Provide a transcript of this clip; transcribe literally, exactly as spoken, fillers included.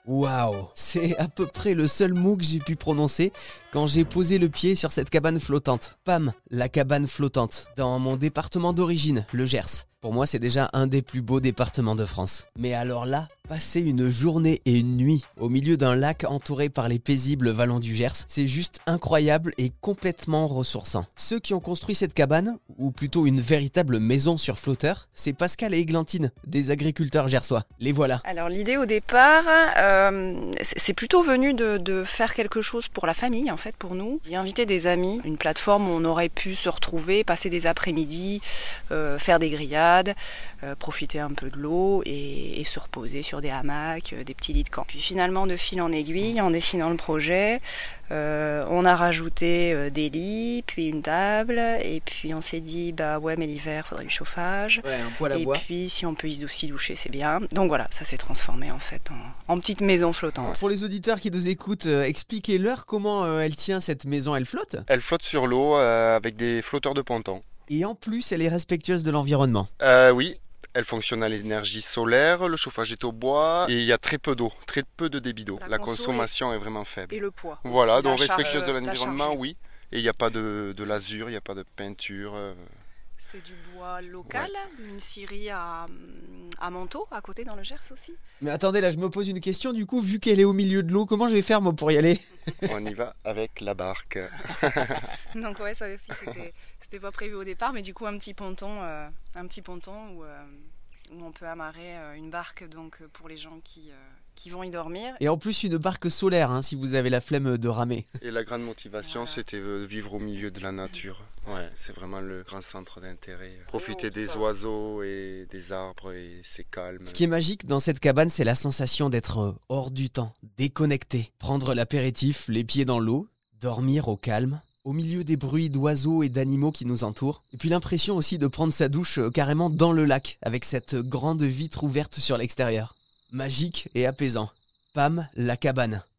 Waouh, c'est à peu près le seul mot que j'ai pu prononcer quand j'ai posé le pied sur cette cabane flottante. Pam, la cabane flottante, dans mon département d'origine, le Gers. Pour moi, c'est déjà un des plus beaux départements de France. Mais alors là, passer une journée et une nuit au milieu d'un lac entouré par les paisibles vallons du Gers, c'est juste incroyable et complètement ressourçant. Ceux qui ont construit cette cabane, ou plutôt une véritable maison sur flotteur, c'est Pascal et Églantine, des agriculteurs gersois. Les voilà. Alors l'idée au départ, euh, c'est plutôt venu de, de faire quelque chose pour la famille, en fait, pour nous. D'y inviter des amis, une plateforme où on aurait pu se retrouver, passer des après-midi, euh, faire des grillades, Euh, profiter un peu de l'eau et, et se reposer sur des hamacs, euh, des petits lits de camp. Puis finalement, de fil en aiguille, en dessinant le projet, euh, on a rajouté euh, des lits, puis une table, et puis on s'est dit, bah ouais, mais l'hiver, il faudrait du chauffage. Ouais, un poêle à et bois. puis si on peut aussi doucher, c'est bien. Donc voilà, ça s'est transformé en fait en, en petite maison flottante. Pour les auditeurs qui nous écoutent, euh, expliquez-leur comment euh, elle tient cette maison, elle flotte. Elle flotte sur l'eau euh, avec des flotteurs de ponton. Et en plus, elle est respectueuse de l'environnement. Euh, oui, elle fonctionne à l'énergie solaire, le chauffage est au bois et il y a très peu d'eau, très peu de débit d'eau. La La, conso consommation est... est vraiment faible. Et le poids. Voilà, aussi, donc la respectueuse charge, de la l'environnement, charge. oui. Et il n'y a pas de, de lasure, il n'y a pas de peinture. euh. C'est du bois local, une scierie à, à Manteau, à côté dans le Gers aussi. Mais attendez, là je me pose une question, du coup, vu qu'elle est au milieu de l'eau, comment je vais faire moi pour y aller? On y va avec la barque. Donc ouais, ça aussi c'était, c'était pas prévu au départ, mais du coup un petit ponton, euh, un petit ponton où, euh, où on peut amarrer euh, une barque donc pour les gens qui, euh, qui vont y dormir. Et en plus une barque solaire, hein, si vous avez la flemme de ramer. Et la grande motivation, Voilà. c'était de vivre au milieu de la nature. Ouais, c'est vraiment le grand centre d'intérêt. Profiter haut, des ça. oiseaux et des arbres et c'est calme. Ce qui est magique dans cette cabane, c'est la sensation d'être hors du temps, déconnecté. Prendre l'apéritif, les pieds dans l'eau, dormir au calme, au milieu des bruits d'oiseaux et d'animaux qui nous entourent. Et puis l'impression aussi de prendre sa douche carrément dans le lac, avec cette grande vitre ouverte sur l'extérieur. Magique et apaisant. Pam, la cabane.